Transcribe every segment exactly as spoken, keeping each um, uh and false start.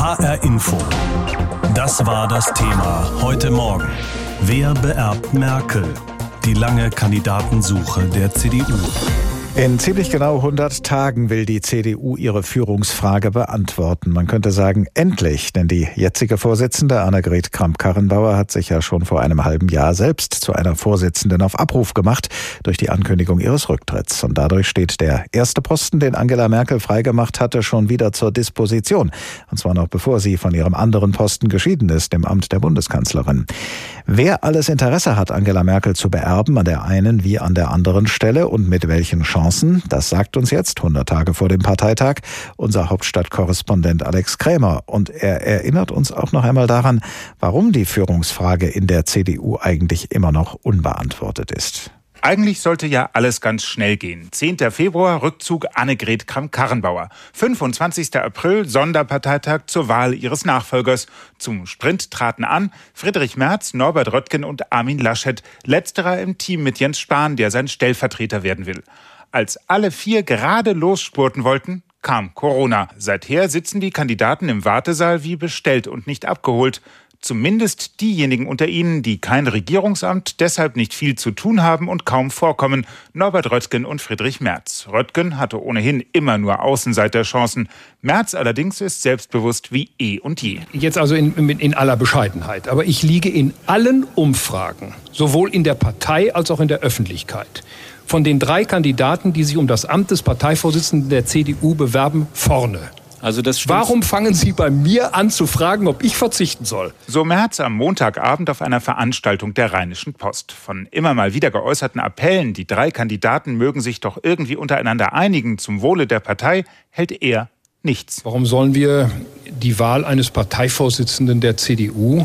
H R Info. Das war das Thema heute Morgen. Wer beerbt Merkel? Die lange Kandidatensuche der C D U. In ziemlich genau hundert Tagen will die C D U ihre Führungsfrage beantworten. Man könnte sagen, endlich, denn die jetzige Vorsitzende Annegret Kramp-Karrenbauer hat sich ja schon vor einem halben Jahr selbst zu einer Vorsitzenden auf Abruf gemacht durch die Ankündigung ihres Rücktritts. Und dadurch steht der erste Posten, den Angela Merkel freigemacht hatte, schon wieder zur Disposition. Und zwar noch bevor sie von ihrem anderen Posten geschieden ist, dem Amt der Bundeskanzlerin. Wer alles Interesse hat, Angela Merkel zu beerben, an der einen wie an der anderen Stelle und mit welchen Chancen, das sagt uns jetzt, hundert Tage vor dem Parteitag, unser Hauptstadtkorrespondent Alex Krämer. Und er erinnert uns auch noch einmal daran, warum die Führungsfrage in der C D U eigentlich immer noch unbeantwortet ist. Eigentlich sollte ja alles ganz schnell gehen. zehnter Februar, Rückzug Annegret Kramp-Karrenbauer. fünfundzwanzigster April, Sonderparteitag zur Wahl ihres Nachfolgers. Zum Sprint traten an Friedrich Merz, Norbert Röttgen und Armin Laschet. Letzterer im Team mit Jens Spahn, der sein Stellvertreter werden will. Als alle vier gerade losspurten wollten, kam Corona. Seither sitzen die Kandidaten im Wartesaal wie bestellt und nicht abgeholt. Zumindest diejenigen unter ihnen, die kein Regierungsamt, deshalb nicht viel zu tun haben und kaum vorkommen, Norbert Röttgen und Friedrich Merz. Röttgen hatte ohnehin immer nur Außenseiterchancen. Merz allerdings ist selbstbewusst wie eh und je. Jetzt also in, in aller Bescheidenheit, aber ich liege in allen Umfragen, sowohl in der Partei als auch in der Öffentlichkeit, von den drei Kandidaten, die sich um das Amt des Parteivorsitzenden der C D U bewerben, vorne. Also das stimmt. Warum fangen Sie bei mir an zu fragen, ob ich verzichten soll? So Merz am Montagabend auf einer Veranstaltung der Rheinischen Post. Von immer mal wieder geäußerten Appellen, die drei Kandidaten mögen sich doch irgendwie untereinander einigen zum Wohle der Partei, hält er nichts. Warum sollen wir die Wahl eines Parteivorsitzenden der C D U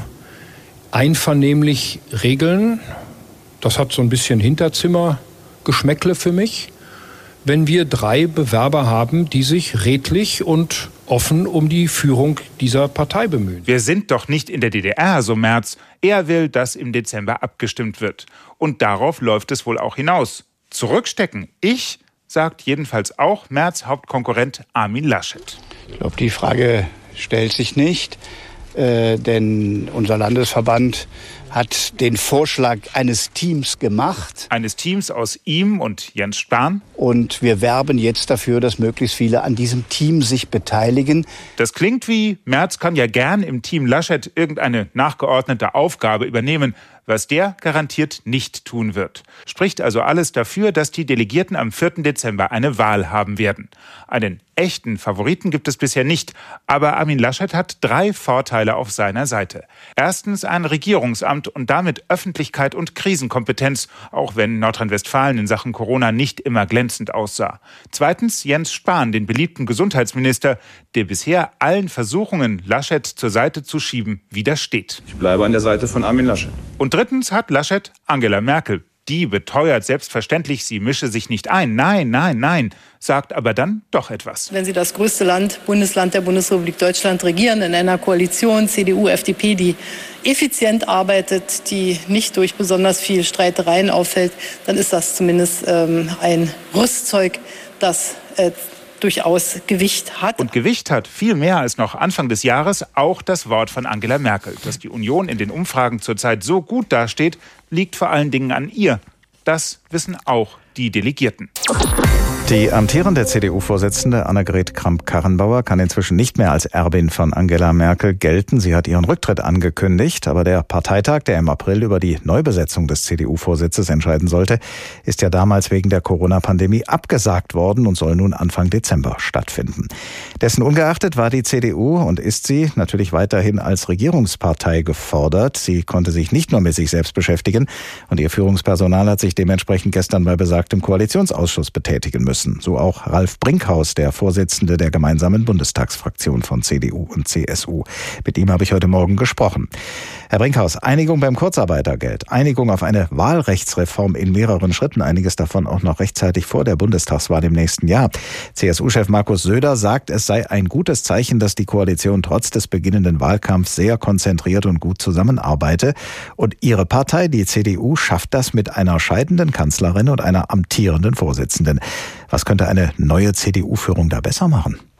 einvernehmlich regeln? Das hat so ein bisschen Hinterzimmergeschmäckle für mich. Wenn wir drei Bewerber haben, die sich redlich und offen um die Führung dieser Partei bemühen. Wir sind doch nicht in der D D R, so Merz. Er will, dass im Dezember abgestimmt wird. Und darauf läuft es wohl auch hinaus. Zurückstecken. Ich, sagt jedenfalls auch Merz Hauptkonkurrent Armin Laschet. Ich glaube, die Frage stellt sich nicht, äh, denn unser Landesverband hat den Vorschlag eines Teams gemacht. Eines Teams aus ihm und Jens Spahn. Und wir werben jetzt dafür, dass möglichst viele an diesem Team sich beteiligen. Das klingt wie, Merz kann ja gern im Team Laschet irgendeine nachgeordnete Aufgabe übernehmen, was der garantiert nicht tun wird. Spricht also alles dafür, dass die Delegierten am vierten Dezember eine Wahl haben werden. Einen echten Favoriten gibt es bisher nicht, aber Armin Laschet hat drei Vorteile auf seiner Seite. Erstens ein Regierungsamt und damit Öffentlichkeit und Krisenkompetenz, auch wenn Nordrhein-Westfalen in Sachen Corona nicht immer glänzend aussah. Zweitens Jens Spahn, den beliebten Gesundheitsminister, der bisher allen Versuchungen, Laschet zur Seite zu schieben, widersteht. Ich bleibe an der Seite von Armin Laschet. Und drittens hat Laschet Angela Merkel. Die beteuert selbstverständlich, sie mische sich nicht ein. Nein, nein, nein, sagt aber dann doch etwas. Wenn Sie das größte Land, Bundesland der Bundesrepublik Deutschland regieren, in einer Koalition C D U, F D P, die effizient arbeitet, die nicht durch besonders viel Streitereien auffällt, dann ist das zumindest ähm, ein Rüstzeug, das äh, durchaus Gewicht hat. Und Gewicht hat viel mehr als noch Anfang des Jahres auch das Wort von Angela Merkel. Dass die Union in den Umfragen zurzeit so gut dasteht, liegt vor allen Dingen an ihr. Das wissen auch die Delegierten. Die amtierende C D U-Vorsitzende Annegret Kramp-Karrenbauer kann inzwischen nicht mehr als Erbin von Angela Merkel gelten. Sie hat ihren Rücktritt angekündigt, aber der Parteitag, der im April über die Neubesetzung des C D U-Vorsitzes entscheiden sollte, ist ja damals wegen der Corona-Pandemie abgesagt worden und soll nun Anfang Dezember stattfinden. Dessen ungeachtet war die C D U und ist sie natürlich weiterhin als Regierungspartei gefordert. Sie konnte sich nicht nur mit sich selbst beschäftigen und ihr Führungspersonal hat sich dementsprechend gestern bei besagtem Koalitionsausschuss betätigen müssen. So auch Ralf Brinkhaus, der Vorsitzende der gemeinsamen Bundestagsfraktion von C D U und C S U. Mit ihm habe ich heute Morgen gesprochen. Herr Brinkhaus, Einigung beim Kurzarbeitergeld, Einigung auf eine Wahlrechtsreform in mehreren Schritten, einiges davon auch noch rechtzeitig vor der Bundestagswahl im nächsten Jahr. C S U-Chef Markus Söder sagt, es sei ein gutes Zeichen, dass die Koalition trotz des beginnenden Wahlkampfs sehr konzentriert und gut zusammenarbeite. Und ihre Partei, die C D U, schafft das mit einer scheidenden Kanzlerin und einer amtierenden Vorsitzenden. Was könnte eine neue C D U-Führung da besser machen?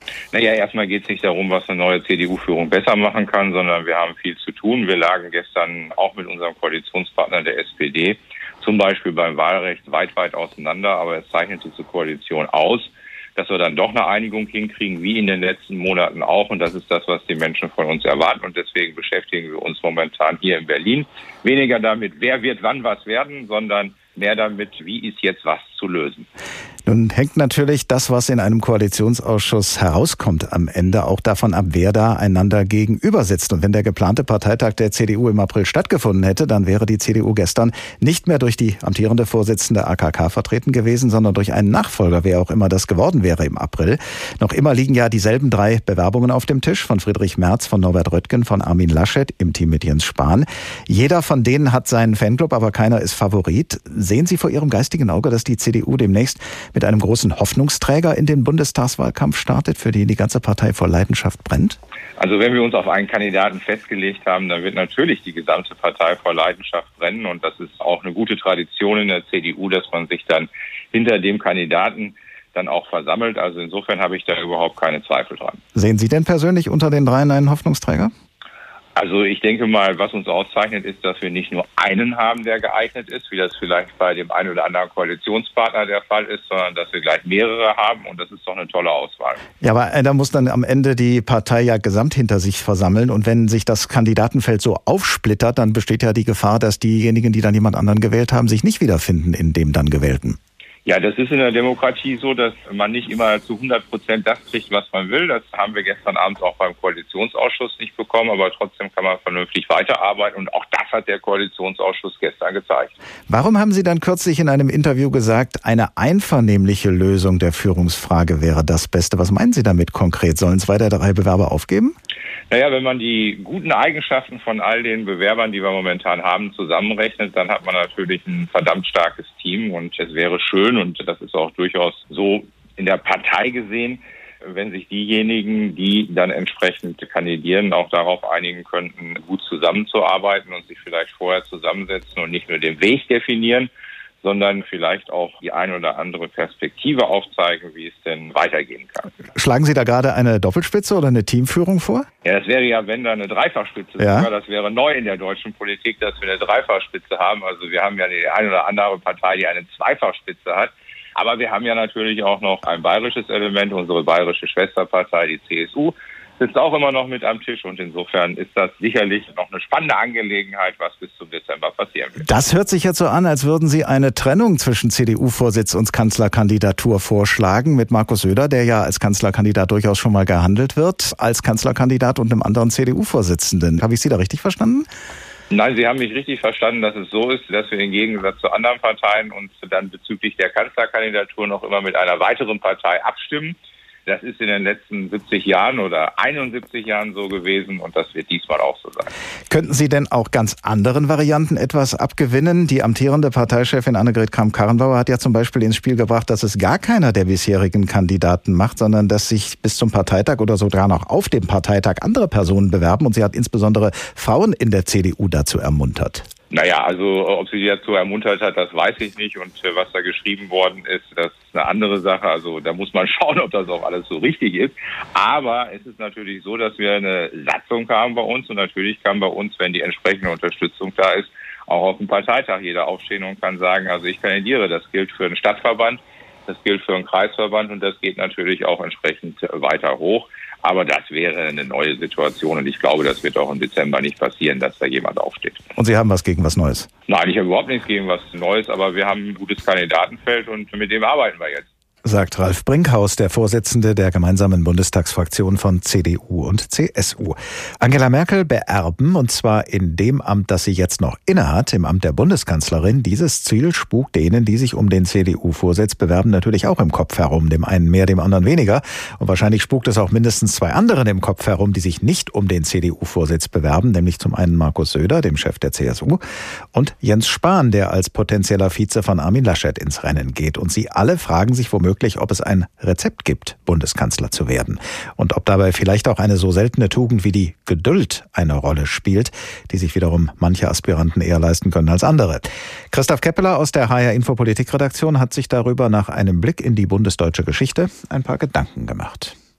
Naja, erstmal geht es nicht darum, was eine neue C D U-Führung besser machen kann, sondern wir haben viel zu tun. Wir lagen gestern auch mit unserem Koalitionspartner der S P D zum Beispiel beim Wahlrecht weit, weit auseinander, aber es zeichnet diese Koalition aus, dass wir dann doch eine Einigung hinkriegen, wie in den letzten Monaten auch. Und das ist das, was die Menschen von uns erwarten. Und deswegen beschäftigen wir uns momentan hier in Berlin weniger damit, wer wird wann was werden, sondern mehr damit, wie ist jetzt was zu lösen. Nun hängt natürlich das, was in einem Koalitionsausschuss herauskommt, am Ende auch davon ab, wer da einander gegenüber sitzt. Und wenn der geplante Parteitag der C D U im April stattgefunden hätte, dann wäre die C D U gestern nicht mehr durch die amtierende Vorsitzende A K K vertreten gewesen, sondern durch einen Nachfolger, wer auch immer das geworden wäre im April. Noch immer liegen ja dieselben drei Bewerbungen auf dem Tisch, von Friedrich Merz, von Norbert Röttgen, von Armin Laschet im Team mit Jens Spahn. Jeder von denen hat seinen Fanclub, aber keiner ist Favorit. Sehen Sie vor Ihrem geistigen Auge, dass die C D U demnächst mit einem großen Hoffnungsträger in den Bundestagswahlkampf startet, für den die ganze Partei vor Leidenschaft brennt? Also wenn wir uns auf einen Kandidaten festgelegt haben, dann wird natürlich die gesamte Partei vor Leidenschaft brennen. Und das ist auch eine gute Tradition in der C D U, dass man sich dann hinter dem Kandidaten dann auch versammelt. Also insofern habe ich da überhaupt keine Zweifel dran. Sehen Sie denn persönlich unter den dreien einen Hoffnungsträger? Also ich denke mal, was uns auszeichnet, ist, dass wir nicht nur einen haben, der geeignet ist, wie das vielleicht bei dem einen oder anderen Koalitionspartner der Fall ist, sondern dass wir gleich mehrere haben und das ist doch eine tolle Auswahl. Ja, aber da muss dann am Ende die Partei ja gesamt hinter sich versammeln und wenn sich das Kandidatenfeld so aufsplittert, dann besteht ja die Gefahr, dass diejenigen, die dann jemand anderen gewählt haben, sich nicht wiederfinden in dem dann Gewählten. Ja, das ist in der Demokratie so, dass man nicht immer zu hundert Prozent das kriegt, was man will. Das haben wir gestern Abend auch beim Koalitionsausschuss nicht bekommen, aber trotzdem kann man vernünftig weiterarbeiten und auch das hat der Koalitionsausschuss gestern gezeigt. Warum haben Sie dann kürzlich in einem Interview gesagt, eine einvernehmliche Lösung der Führungsfrage wäre das Beste? Was meinen Sie damit konkret? Sollen zwei der drei Bewerber aufgeben? Naja, wenn man die guten Eigenschaften von all den Bewerbern, die wir momentan haben, zusammenrechnet, dann hat man natürlich ein verdammt starkes Team und es wäre schön und das ist auch durchaus so in der Partei gesehen, wenn sich diejenigen, die dann entsprechend kandidieren, auch darauf einigen könnten, gut zusammenzuarbeiten und sich vielleicht vorher zusammensetzen und nicht nur den Weg definieren, sondern vielleicht auch die eine oder andere Perspektive aufzeigen, wie es denn weitergehen kann. Schlagen Sie da gerade eine Doppelspitze oder eine Teamführung vor? Ja, das wäre ja, wenn da eine Dreifachspitze ja. wäre. Das wäre neu in der deutschen Politik, dass wir eine Dreifachspitze haben. Also wir haben ja die eine oder andere Partei, die eine Zweifachspitze hat. Aber wir haben ja natürlich auch noch ein bayerisches Element, unsere bayerische Schwesterpartei, die C S U. Sitzt auch immer noch mit am Tisch und insofern ist das sicherlich noch eine spannende Angelegenheit, was bis zum Dezember passieren wird. Das hört sich jetzt so an, als würden Sie eine Trennung zwischen C D U-Vorsitz und Kanzlerkandidatur vorschlagen mit Markus Söder, der ja als Kanzlerkandidat durchaus schon mal gehandelt wird, als Kanzlerkandidat und einem anderen C D U-Vorsitzenden. Habe ich Sie da richtig verstanden? Nein, Sie haben mich richtig verstanden, dass es so ist, dass wir im Gegensatz zu anderen Parteien uns dann bezüglich der Kanzlerkandidatur noch immer mit einer weiteren Partei abstimmen. Das ist in den letzten siebzig Jahren oder einundsiebzig Jahren so gewesen und das wird diesmal auch so sein. Könnten Sie denn auch ganz anderen Varianten etwas abgewinnen? Die amtierende Parteichefin Annegret Kramp-Karrenbauer hat ja zum Beispiel ins Spiel gebracht, dass es gar keiner der bisherigen Kandidaten macht, sondern dass sich bis zum Parteitag oder sogar noch auf dem Parteitag andere Personen bewerben und sie hat insbesondere Frauen in der C D U dazu ermuntert. Naja, also ob sie dazu ermuntert hat, das weiß ich nicht. Und was da geschrieben worden ist, das ist eine andere Sache. Also da muss man schauen, ob das auch alles so richtig ist. Aber es ist natürlich so, dass wir eine Satzung haben bei uns. Und natürlich kann bei uns, wenn die entsprechende Unterstützung da ist, auch auf dem Parteitag jeder aufstehen und kann sagen, also ich kandidiere. Das gilt für einen Stadtverband, das gilt für einen Kreisverband und das geht natürlich auch entsprechend weiter hoch. Aber das wäre eine neue Situation und ich glaube, das wird auch im Dezember nicht passieren, dass da jemand aufsteht. Und Sie haben was gegen was Neues? Nein, ich habe überhaupt nichts gegen was Neues, aber wir haben ein gutes Kandidatenfeld und mit dem arbeiten wir jetzt. Sagt Ralf Brinkhaus, der Vorsitzende der gemeinsamen Bundestagsfraktion von C D U und C S U. Angela Merkel beerben, und zwar in dem Amt, das sie jetzt noch innehat, im Amt der Bundeskanzlerin. Dieses Ziel spukt denen, die sich um den C D U-Vorsitz bewerben, natürlich auch im Kopf herum. Dem einen mehr, dem anderen weniger. Und wahrscheinlich spukt es auch mindestens zwei anderen im Kopf herum, die sich nicht um den C D U-Vorsitz bewerben. Nämlich zum einen Markus Söder, dem Chef der C S U, und Jens Spahn, der als potenzieller Vize von Armin Laschet ins Rennen geht. Und sie alle fragen sich womöglich, ob es ein Rezept gibt, Bundeskanzler zu werden. Und ob dabei vielleicht auch eine so seltene Tugend wie die Geduld eine Rolle spielt, die sich wiederum manche Aspiranten eher leisten können als andere. Christoph Keppeler aus der H R Info Politikredaktion hat sich darüber nach einem Blick in die bundesdeutsche Geschichte ein paar Gedanken gemacht.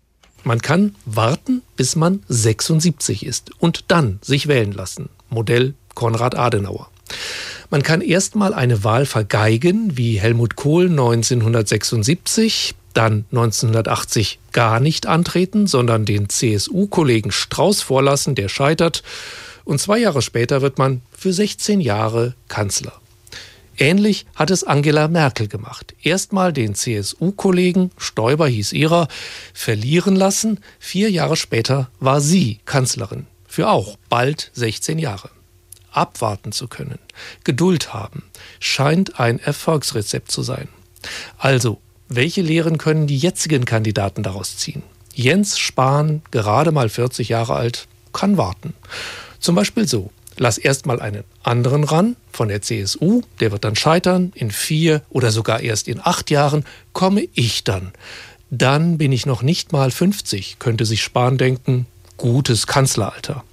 Man kann warten, bis man sechsundsiebzig ist und dann sich wählen lassen. Modell Konrad Adenauer. Man kann erstmal eine Wahl vergeigen, wie Helmut Kohl neunzehnhundertsechsundsiebzig, dann neunzehnhundertachtzig gar nicht antreten, sondern den C S U-Kollegen Strauß vorlassen, der scheitert. Und zwei Jahre später wird man für sechzehn Jahre Kanzler. Ähnlich hat es Angela Merkel gemacht. Erstmal den C S U-Kollegen, Stoiber hieß ihrer, verlieren lassen. Vier Jahre später war sie Kanzlerin. Für auch bald sechzehn Jahre. Abwarten zu können, Geduld haben, scheint ein Erfolgsrezept zu sein. Also, welche Lehren können die jetzigen Kandidaten daraus ziehen? Jens Spahn, gerade mal vierzig Jahre alt, kann warten. Zum Beispiel so: Lass erst mal einen anderen ran, von der C S U, der wird dann scheitern, in vier oder sogar erst in acht Jahren komme ich dann. Dann bin ich noch nicht mal fünfzig, könnte sich Spahn denken, gutes Kanzleralter.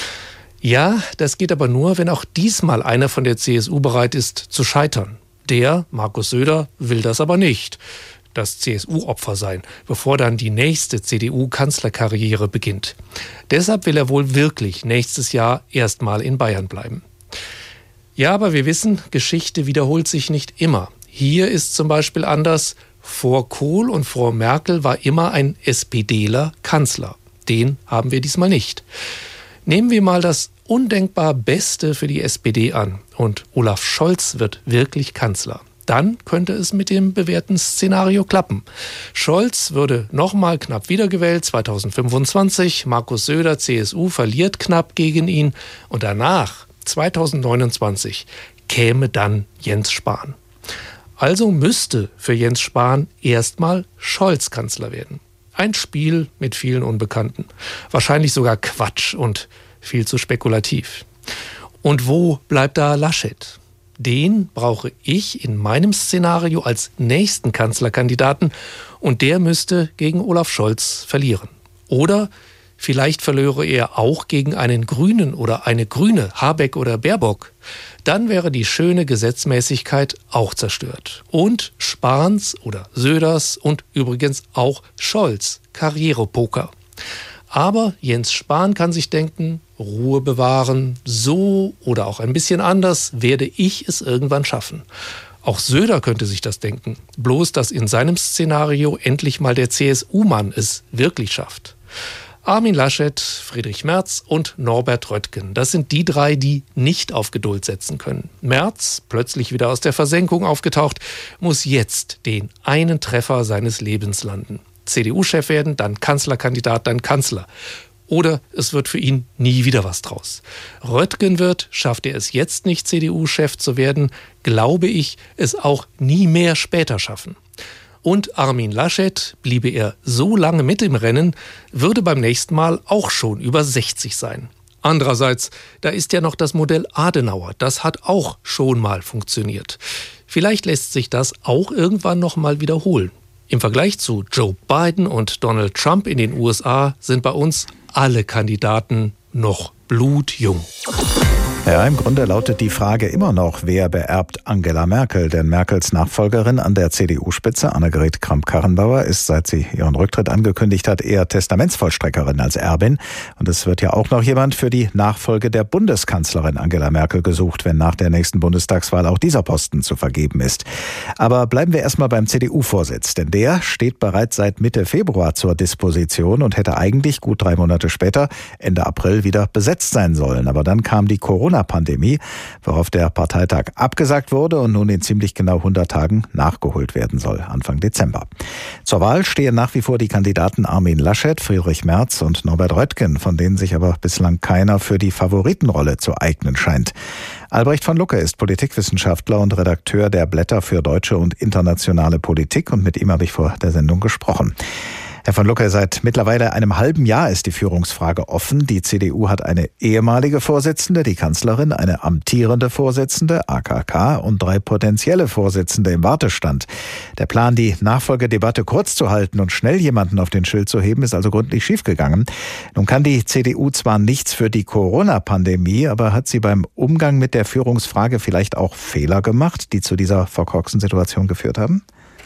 Ja, das geht aber nur, wenn auch diesmal einer von der C S U bereit ist zu scheitern. Der, Markus Söder, will das aber nicht, das C S U-Opfer sein, bevor dann die nächste C D U-Kanzlerkarriere beginnt. Deshalb will er wohl wirklich nächstes Jahr erstmal in Bayern bleiben. Ja, aber wir wissen, Geschichte wiederholt sich nicht immer. Hier ist zum Beispiel anders: Vor Kohl und vor Merkel war immer ein SPDler Kanzler. Den haben wir diesmal nicht. Nehmen wir mal das undenkbar Beste für die S P D an und Olaf Scholz wird wirklich Kanzler. Dann könnte es mit dem bewährten Szenario klappen. Scholz würde nochmal knapp wiedergewählt, zweitausendfünfundzwanzig. Markus Söder, C S U, verliert knapp gegen ihn. Und danach, zweitausendneunundzwanzig, käme dann Jens Spahn. Also müsste für Jens Spahn erstmal Scholz Kanzler werden. Ein Spiel mit vielen Unbekannten. Wahrscheinlich sogar Quatsch und viel zu spekulativ. Und wo bleibt da Laschet? Den brauche ich in meinem Szenario als nächsten Kanzlerkandidaten und der müsste gegen Olaf Scholz verlieren. Oder vielleicht verlöre er auch gegen einen Grünen oder eine Grüne, Habeck oder Baerbock. Dann wäre die schöne Gesetzmäßigkeit auch zerstört. Und Spahns oder Söders und übrigens auch Scholz Karrierepoker. Aber Jens Spahn kann sich denken, Ruhe bewahren, so oder auch ein bisschen anders werde ich es irgendwann schaffen. Auch Söder könnte sich das denken, bloß dass in seinem Szenario endlich mal der C S U-Mann es wirklich schafft. Armin Laschet, Friedrich Merz und Norbert Röttgen, das sind die drei, die nicht auf Geduld setzen können. Merz, plötzlich wieder aus der Versenkung aufgetaucht, muss jetzt den einen Treffer seines Lebens landen. C D U-Chef werden, dann Kanzlerkandidat, dann Kanzler. Oder es wird für ihn nie wieder was draus. Röttgen wird, schafft er es jetzt nicht, C D U-Chef zu werden, glaube ich, es auch nie mehr später schaffen. Und Armin Laschet, bliebe er so lange mit im Rennen, würde beim nächsten Mal auch schon über sechzig sein. Andererseits, da ist ja noch das Modell Adenauer, das hat auch schon mal funktioniert. Vielleicht lässt sich das auch irgendwann noch mal wiederholen. Im Vergleich zu Joe Biden und Donald Trump in den U S A sind bei uns alle Kandidaten noch blutjung. Ja, im Grunde lautet die Frage immer noch, wer beerbt Angela Merkel? Denn Merkels Nachfolgerin an der C D U-Spitze, Annegret Kramp-Karrenbauer, ist, seit sie ihren Rücktritt angekündigt hat, eher Testamentsvollstreckerin als Erbin. Und es wird ja auch noch jemand für die Nachfolge der Bundeskanzlerin Angela Merkel gesucht, wenn nach der nächsten Bundestagswahl auch dieser Posten zu vergeben ist. Aber bleiben wir erstmal beim C D U-Vorsitz, denn der steht bereits seit Mitte Februar zur Disposition und hätte eigentlich gut drei Monate später, Ende April, wieder besetzt sein sollen. Aber dann kam die Corona Pandemie, worauf der Parteitag abgesagt wurde und nun in ziemlich genau hundert Tagen nachgeholt werden soll, Anfang Dezember. Zur Wahl stehen nach wie vor die Kandidaten Armin Laschet, Friedrich Merz und Norbert Röttgen, von denen sich aber bislang keiner für die Favoritenrolle zu eignen scheint. Albrecht von Lucke ist Politikwissenschaftler und Redakteur der Blätter für deutsche und internationale Politik und mit ihm habe ich vor der Sendung gesprochen. Herr von Lucke, seit mittlerweile einem halben Jahr ist die Führungsfrage offen. Die C D U hat eine ehemalige Vorsitzende, die Kanzlerin, eine amtierende Vorsitzende, A K K, und drei potenzielle Vorsitzende im Wartestand. Der Plan, die Nachfolgedebatte kurz zu halten und schnell jemanden auf den Schild zu heben, ist also gründlich schiefgegangen. Nun kann die C D U zwar nichts für die Corona-Pandemie, aber hat sie beim Umgang mit der Führungsfrage vielleicht auch Fehler gemacht, die zu dieser verkorksten Situation geführt haben?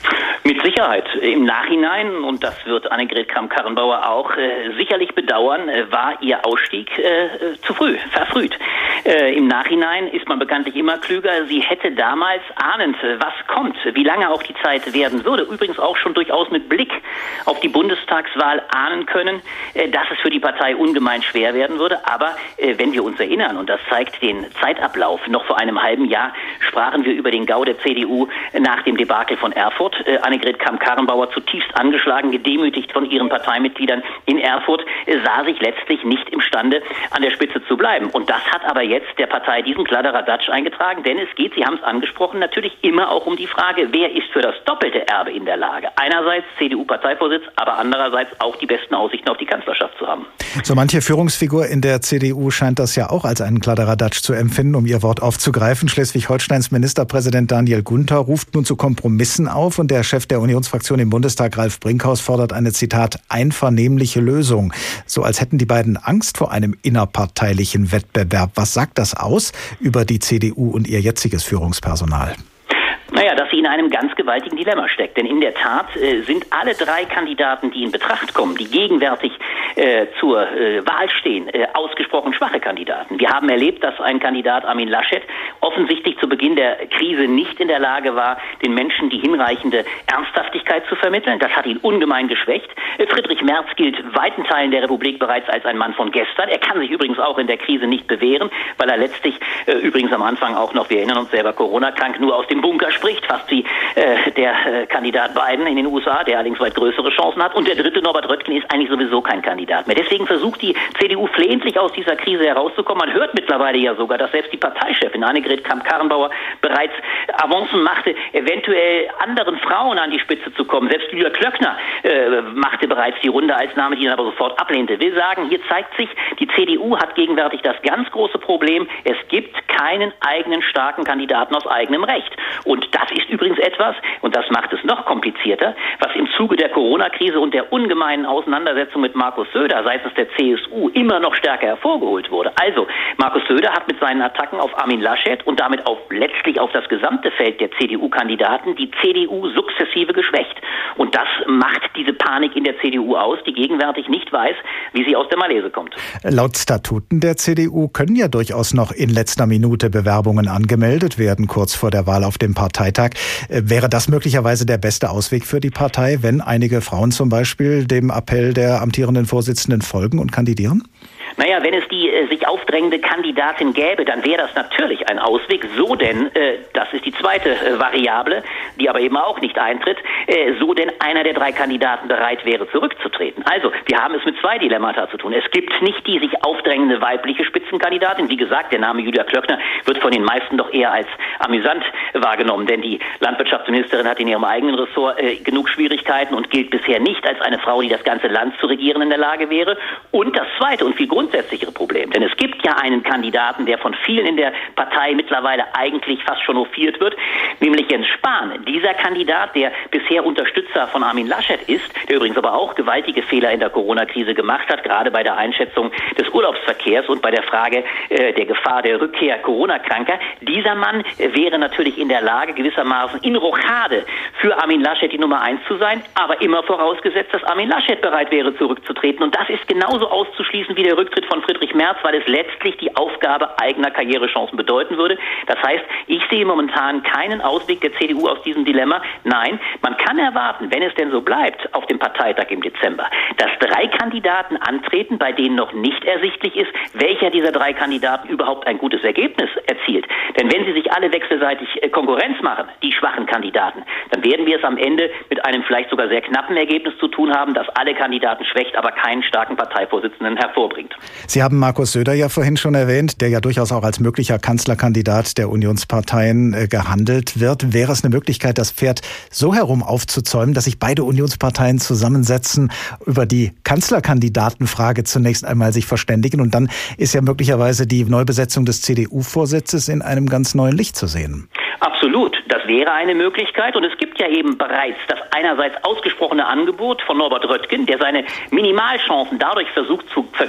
Mit Sicherheit. Im Nachhinein, und das wird Annegret Kramp-Karrenbauer auch äh, sicherlich bedauern, äh, war ihr Ausstieg äh, zu früh, verfrüht. Äh, Im Nachhinein ist man bekanntlich immer klüger. Sie hätte damals ahnend, was kommt, wie lange auch die Zeit werden würde, übrigens auch schon durchaus mit Blick auf die Bundestagswahl ahnen können, äh, dass es für die Partei ungemein schwer werden würde. Aber äh, wenn wir uns erinnern, und das zeigt den Zeitablauf, noch vor einem halben Jahr sprachen wir über den Gau der C D U nach dem Debakel von Erfurt. Äh, Annegret Kramp-Karrenbauer, zutiefst angeschlagen, gedemütigt von ihren Parteimitgliedern in Erfurt, äh, sah sich letztlich nicht imstande, an der Spitze zu bleiben. Und das hat aber jetzt der Partei diesen Kladderadatsch eingetragen, denn es geht, Sie haben es angesprochen, natürlich immer auch um die Frage, wer ist für das doppelte Erbe in der Lage? Einerseits C D U-Parteivorsitz, aber andererseits auch die besten Aussichten auf die Kanzlerschaft zu haben. So manche Führungsfigur in der C D U scheint das ja auch als einen Kladderadatsch zu empfinden, um ihr Wort aufzugreifen. Schleswig-Holsteins Ministerpräsident Daniel Günther ruft nun zu Kompromissen auf und der Chef der Unionsfraktion im Bundestag, Ralf Brinkhaus, fordert eine, Zitat, einvernehmliche Lösung. So als hätten die beiden Angst vor einem innerparteilichen Wettbewerb. Was sagt das aus über die C D U und ihr jetziges Führungspersonal? Naja, dass sie in einem ganz gewaltigen Dilemma steckt. Denn in der Tat äh, sind alle drei Kandidaten, die in Betracht kommen, die gegenwärtig äh, zur äh, Wahl stehen, äh, ausgesprochen schwache Kandidaten. Wir haben erlebt, dass ein Kandidat, Armin Laschet, offensichtlich zu Beginn der Krise nicht in der Lage war, den Menschen die hinreichende Ernsthaftigkeit zu vermitteln. Das hat ihn ungemein geschwächt. Äh, Friedrich Merz gilt weiten Teilen der Republik bereits als ein Mann von gestern. Er kann sich übrigens auch in der Krise nicht bewähren, weil er letztlich äh, übrigens am Anfang auch noch, wir erinnern uns selber, Corona-krank, nur aus dem Bunker spricht, fast wie äh, der äh, Kandidat Biden in den U S A, der allerdings weit größere Chancen hat. Und der dritte, Norbert Röttgen, ist eigentlich sowieso kein Kandidat mehr. Deswegen versucht die C D U flehentlich aus dieser Krise herauszukommen. Man hört mittlerweile ja sogar, dass selbst die Parteichefin Annegret Kramp-Karrenbauer bereits Avancen machte, eventuell anderen Frauen an die Spitze zu kommen. Selbst Julia Klöckner äh, machte bereits die Runde als Name, die dann aber sofort ablehnte. Will sagen, hier zeigt sich, die C D U hat gegenwärtig das ganz große Problem, es gibt keinen eigenen starken Kandidaten aus eigenem Recht. Und das ist übrigens etwas, und das macht es noch komplizierter, was im Zuge der Corona-Krise und der ungemeinen Auseinandersetzung mit Markus Söder seitens der C S U immer noch stärker hervorgeholt wurde. Also, Markus Söder hat mit seinen Attacken auf Armin Laschet und damit auf letztlich auf das gesamte Feld der C D U-Kandidaten die C D U sukzessive geschwächt. Und das macht diese Panik in der C D U aus, die gegenwärtig nicht weiß, wie sie aus der Malaise kommt. Laut Statuten der C D U können ja durchaus noch in letzter Minute Bewerbungen angemeldet werden, kurz vor der Wahl auf dem Parteitag. Wäre das möglicherweise der beste Ausweg für die Partei, wenn einige Frauen zum Beispiel dem Appell der amtierenden Vorsitzenden folgen und kandidieren? Naja, wenn es die äh, sich aufdrängende Kandidatin gäbe, dann wäre das natürlich ein Ausweg. So denn, äh, das ist die zweite äh, Variable, die aber eben auch nicht eintritt, äh, so denn einer der drei Kandidaten bereit wäre, zurückzutreten. Also, wir haben es mit zwei Dilemmata zu tun. Es gibt nicht die sich aufdrängende weibliche Spitzenkandidatin. Wie gesagt, der Name Julia Klöckner wird von den meisten doch eher als amüsant wahrgenommen, denn die Landwirtschaftsministerin hat in ihrem eigenen Ressort äh, genug Schwierigkeiten und gilt bisher nicht als eine Frau, die das ganze Land zu regieren in der Lage wäre. Und das zweite und viel grundsätzlichere Problem, denn es gibt ja einen Kandidaten, der von vielen in der Partei mittlerweile eigentlich fast schon hofiert wird, nämlich Jens Spahn. Dieser Kandidat, der bisher Unterstützer von Armin Laschet ist, der übrigens aber auch gewaltige Fehler in der Corona-Krise gemacht hat, gerade bei der Einschätzung des Urlaubsverkehrs und bei der Frage äh, der Gefahr der Rückkehr Corona-Kranker. Dieser Mann äh, wäre natürlich in der Lage, gewissermaßen in Rochade für Armin Laschet die Nummer eins zu sein, aber immer vorausgesetzt, dass Armin Laschet bereit wäre, zurückzutreten. Und das ist genauso auszuschließen wie der Rücktritt von Friedrich Merz, weil es letztlich die Aufgabe eigener Karrierechancen bedeuten würde. Das heißt, ich sehe momentan keinen Ausweg der C D U aus diesem Dilemma. Nein, man kann erwarten, wenn es denn so bleibt, auf dem Parteitag im Dezember, dass drei Kandidaten antreten, bei denen noch nicht ersichtlich ist, welcher dieser drei Kandidaten überhaupt ein gutes Ergebnis erzielt. Denn wenn sie sich alle wechselseitig Konkurrenz machen, die schwachen Kandidaten, dann werden wir es am Ende mit einem vielleicht sogar sehr knappen Ergebnis zu tun haben, das alle Kandidaten schwächt, aber keinen starken Parteivorsitzenden hervorbringt. Sie haben Markus Söder ja vorhin schon erwähnt, der ja durchaus auch als möglicher Kanzlerkandidat der Unionsparteien äh, gehandelt wird. Wäre es eine Möglichkeit, das Pferd so herum aufzuzäumen, dass sich beide Unionsparteien zusammensetzen, über die Kanzlerkandidatenfrage zunächst einmal sich verständigen und dann ist ja möglicherweise die Neubesetzung des C D U-Vorsitzes in einem ganz neuen Licht zu sehen? Absolut, das wäre eine Möglichkeit und es gibt ja eben bereits das einerseits ausgesprochene Angebot von Norbert Röttgen, der seine Minimalchancen dadurch versucht zu vergrößern, dass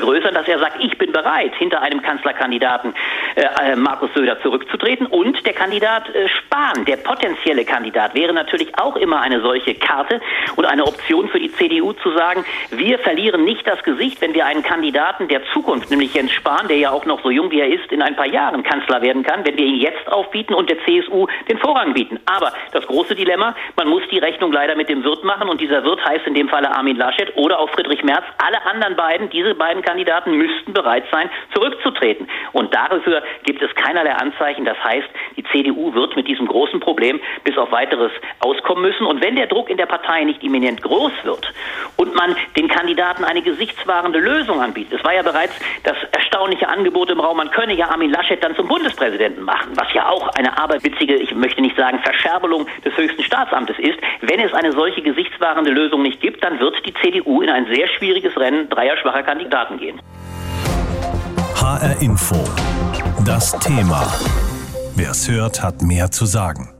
er sagt, ich bin bereit, hinter einem Kanzlerkandidaten äh, Markus Söder zurückzutreten. Und der Kandidat äh, Spahn, der potenzielle Kandidat, wäre natürlich auch immer eine solche Karte und eine Option für die C D U zu sagen, wir verlieren nicht das Gesicht, wenn wir einen Kandidaten der Zukunft, nämlich Jens Spahn, der ja auch noch so jung wie er ist, in ein paar Jahren Kanzler werden kann, wenn wir ihn jetzt aufbieten und der C S U den Vorrang bieten. Aber das große Dilemma, man muss die Rechnung leider mit dem Wirt machen und dieser Wirt heißt in dem Falle Armin Laschet oder auch Friedrich Merz. Alle anderen beiden, diese beiden Kandidaten müssten bereit sein, zurückzutreten. Und dafür gibt es keinerlei Anzeichen. Das heißt, die C D U wird mit diesem großen Problem bis auf weiteres auskommen müssen. Und wenn der Druck in der Partei nicht imminent groß wird und man den Kandidaten eine gesichtswahrende Lösung anbietet, es war ja bereits das erstaunliche Angebot im Raum, man könne ja Armin Laschet dann zum Bundespräsidenten machen, was ja auch eine aberwitzige, ich möchte nicht sagen Verscherbelung des höchsten Staatsamtes ist. Wenn es eine solche gesichtswahrende Lösung nicht gibt, dann wird die C D U in ein sehr schwieriges Rennen dreier schwacher Kandidaten gehen. H R Info. Das Thema. Wer es hört, hat mehr zu sagen.